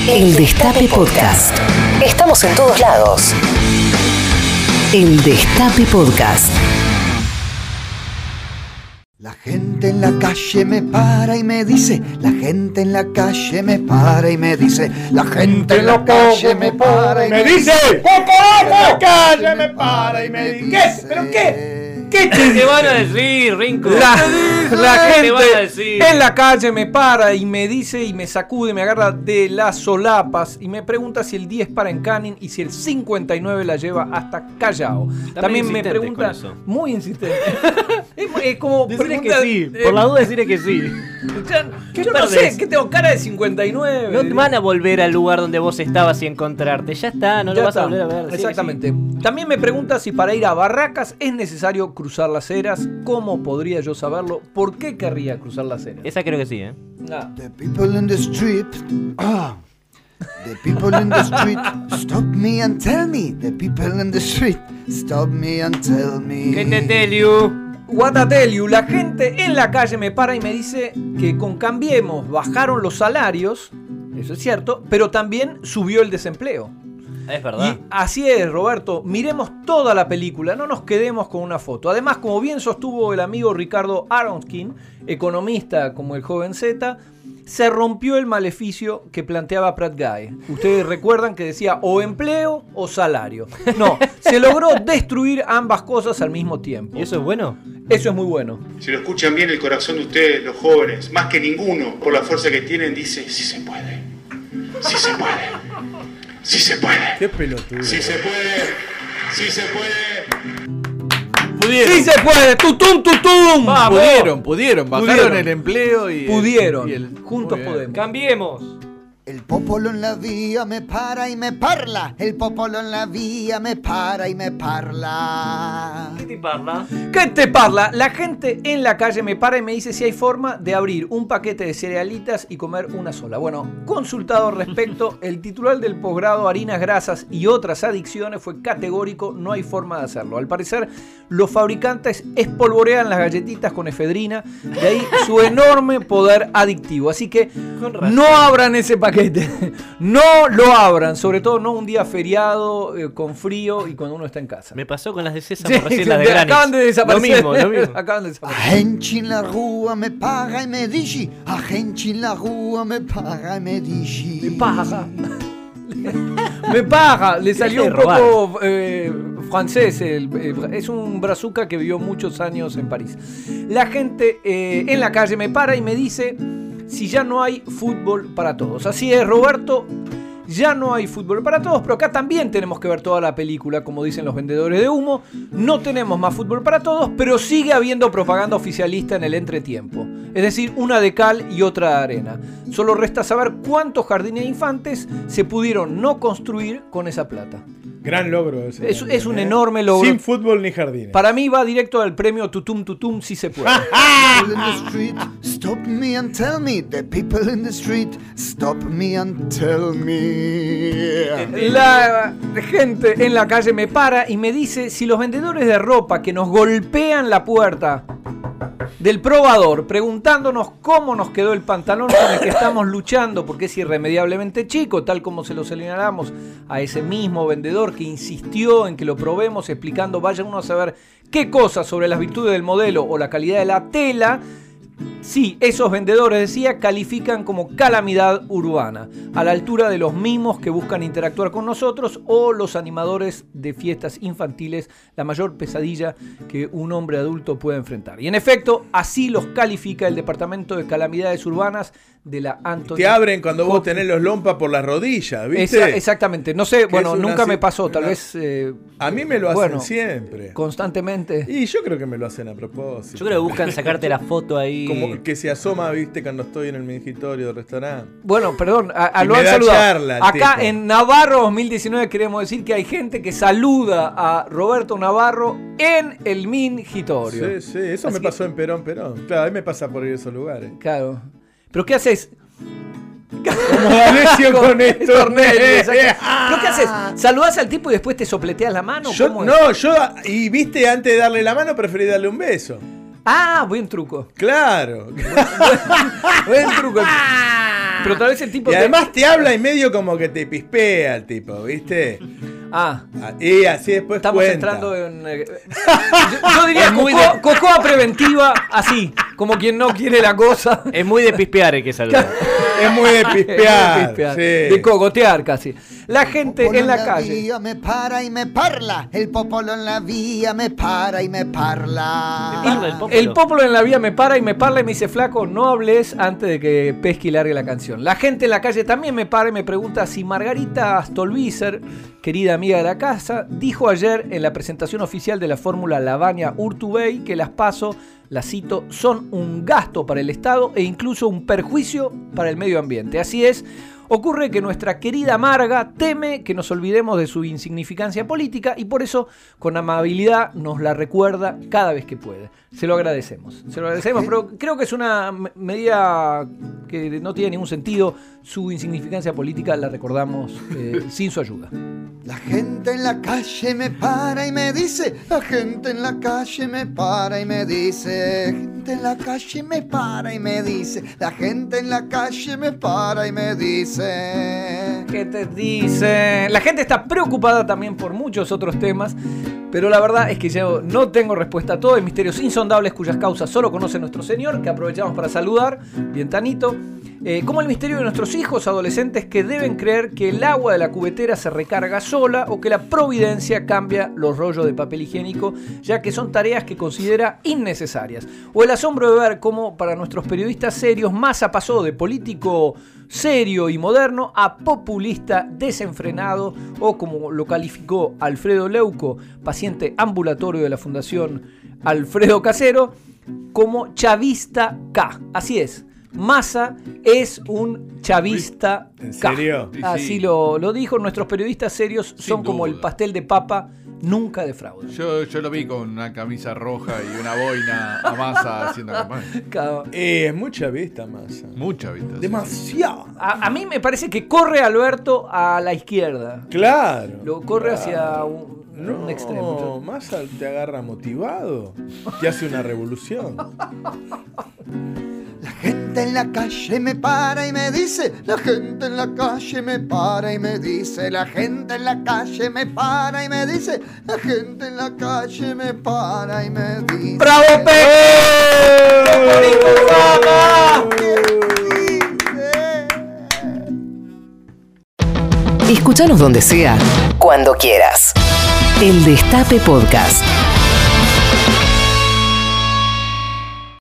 El Destape Podcast. Estamos en todos lados. El Destape Podcast. La gente en la calle me para y me dice, la gente en la calle me para y me dice, la gente en la calle me para y me dice, en la calle me para y me dice, ¿qué? ¿Pero qué? ¿Qué te van a decir, Rinco? La ¿Qué te van a gente decir? en la calle me para y me dice y me sacude, me agarra de las solapas y me pregunta si el 10 para en Canning y si el 59 la lleva hasta Callao. También me pregunta, muy insistente. Es como decirle pregunta, que sí, por la duda decirle que sí. Yo no sé, ¿qué tengo cara de 59? No te van a volver al lugar donde vos estabas y encontrarte. Ya está, no lo vas a volver a ver. Exactamente. También me pregunta si para ir a Barracas es necesario cruzar las eras. ¿Cómo podría yo saberlo? ¿Por qué querría cruzar las eras? Esa creo que sí, ¿eh? Nah. The people in the street, the people in the street, stop me and tell me. The people in the street, stop me and tell me. ¿Qué te tell you? What I tell you, la gente en la calle me para y me dice que con Cambiemos bajaron los salarios, eso es cierto, pero también subió el desempleo. Es verdad. Y así es, Roberto, miremos toda la película, no nos quedemos con una foto. Además, como bien sostuvo el amigo Ricardo Aronskin, economista como el joven Z, se rompió el maleficio que planteaba Prat Guy. Ustedes recuerdan que decía o empleo o salario. No, se logró destruir ambas cosas al mismo tiempo. ¿Y eso es bueno? Eso es muy bueno. Si lo escuchan bien, el corazón de ustedes, los jóvenes, más que ninguno, por la fuerza que tienen, dice, sí se puede, sí se puede, sí se puede. Qué pelotudo. Sí se puede, sí se puede. ¡Sí se puede! ¡Tutum, tutum! Vamos. Pudieron. Bajaron el empleo y... Pudieron. y el- Juntos Muy bien. podemos. Cambiemos. El popolo en la vía me para y me parla. El popolo en la vía me para y me parla. ¿Qué te parla? ¿Qué te parla? La gente en la calle me para y me dice si hay forma de abrir un paquete de cerealitas y comer una sola. Bueno, consultado al respecto, el titular del posgrado Harinas, Grasas y otras adicciones fue categórico, no hay forma de hacerlo. Al parecer, los fabricantes espolvorean las galletitas con efedrina, de ahí su enorme poder adictivo. Así que Con razón. no abran ese paquete, no lo abran, sobre todo no un día feriado, con frío y cuando uno está en casa. Me pasó con las de Sésamo Sí, recién, las de Granix. acaban de desaparecer. Lo mismo. Acaban de A desaparecer. gente en la rúa me paga y me dice. A gente en la rúa me paga y me dice. Me paga. Me paga. Le salió un Deje de poco francés. Es un brazuca que vivió muchos años en París. La gente en la calle me para y me dice si ya no hay fútbol para todos. Así es, Roberto. Ya no hay fútbol para todos, pero acá también tenemos que ver toda la película, como dicen los vendedores de humo. No tenemos más fútbol para todos, pero sigue habiendo propaganda oficialista en el entretiempo. Es decir, una de cal y otra de arena. Solo resta saber cuántos jardines de infantes se pudieron no construir con esa plata. Gran logro ese. Es un enorme logro. Sin fútbol ni jardines. Para mí va directo al premio Tutum Tutum si se puede. People in the street, stop me and tell me. The people in the street, stop me and tell me. La gente en la calle me para y me dice si los vendedores de ropa que nos golpean la puerta del probador preguntándonos cómo nos quedó el pantalón con el que estamos luchando porque es irremediablemente chico, tal como se lo señalamos a ese mismo vendedor que insistió en que lo probemos explicando vaya uno a saber qué cosas sobre las virtudes del modelo o la calidad de la tela. Sí, esos vendedores, decía, califican como calamidad urbana, a la altura de los mimos que buscan interactuar con nosotros o los animadores de fiestas infantiles, la mayor pesadilla que un hombre adulto puede enfrentar. Y en efecto, así los califica el Departamento de Calamidades Urbanas de la Anthony. Te abren cuando vos Hopkins. tenés los lompas por las rodillas, ¿viste? Exactamente, no sé, Que bueno, es una nunca me si- pasó, tal una- vez... A mí me lo hacen bueno, siempre. constantemente. Y yo creo que me lo hacen a propósito. Yo creo que buscan sacarte la foto ahí. Como que se asoma, ¿viste? Cuando estoy en el mingitorio del restaurante. Bueno, perdón, Y lo me han da saludado. charla el Acá tipo. en Navarro 2019 queremos decir que hay gente que saluda a Roberto Navarro en el mingitorio. Sí, eso Así me que- pasó en Perón. Claro, a mí me pasa por ir a esos lugares. Claro. ¿Pero qué haces? Como D'Alessio con esto. Tornelli, exacto. ¿Pero qué haces? ¿Saludás al tipo y después te sopleteas la mano? Yo, ¿Cómo es? no, y viste, antes de darle la mano, preferí darle un beso. Ah, buen truco. Claro. Buen truco. Pero tal vez el tipo... Y además te habla y medio como que te pispea el tipo, ¿viste? Y así después estamos cuenta. entrando en... yo diría cocoa preventiva, así, como quien no quiere la cosa. Es muy de pispear el que saluda. Es muy de pispear, sí. De cogotear casi. La gente en la calle. Vía me para y me parla. El popolo en la vía me para y me parla. El popolo en la vía me para y me parla y me dice, flaco, no hables antes de que Pesky largue la canción. La gente en la calle también me para y me pregunta si Margarita Stolbizer, querida amiga de la casa, dijo ayer en la presentación oficial de la fórmula Lavagna Urtubey que las PASO, la cito, son un gasto para el Estado e incluso un perjuicio para el medio ambiente. Así es. Ocurre que nuestra querida Marga teme que nos olvidemos de su insignificancia política y por eso con amabilidad nos la recuerda cada vez que puede. Se lo agradecemos, pero creo que es una medida que no tiene ningún sentido. Su insignificancia política la recordamos sin su ayuda. La gente en la calle me para y me dice, la gente en la calle me para y me dice, gente en la calle me para y me dice, la gente en la calle me para y me dice. ¿Qué te dice? La gente está preocupada también por muchos otros temas, pero la verdad es que yo no tengo respuesta a todo. Hay misterios insondables cuyas causas solo conoce nuestro Señor, que aprovechamos para saludar, bien Tanito. Como el misterio de nuestros hijos adolescentes que deben creer que el agua de la cubetera se recarga sola o que la providencia cambia los rollos de papel higiénico, ya que son tareas que considera innecesarias. O el asombro de ver cómo para nuestros periodistas serios Massa pasó de político serio y moderno a populista desenfrenado, o como lo calificó Alfredo Leuco, paciente ambulatorio de la Fundación Alfredo Casero, como chavista K. Así es. Massa es un chavista ¿En K. serio? Así lo dijo. Nuestros periodistas serios son como el pastel de papa, nunca defraudan. Yo lo vi con una camisa roja y una boina a Massa haciendo campaña. Es mucha vista, Massa. Mucha vista. Demasiado. A mí me parece que corre Alberto a la izquierda. Claro. Lo corre hacia un extremo. No, Massa te agarra motivado. Te hace una revolución. La gente en la calle me para y me dice, la gente en la calle me para y me dice, la gente en la calle me para y me dice, la gente en la calle me para y me dice. ¡Bravo, Pepe! Escúchanos donde sea, cuando quieras. El Destape Podcast.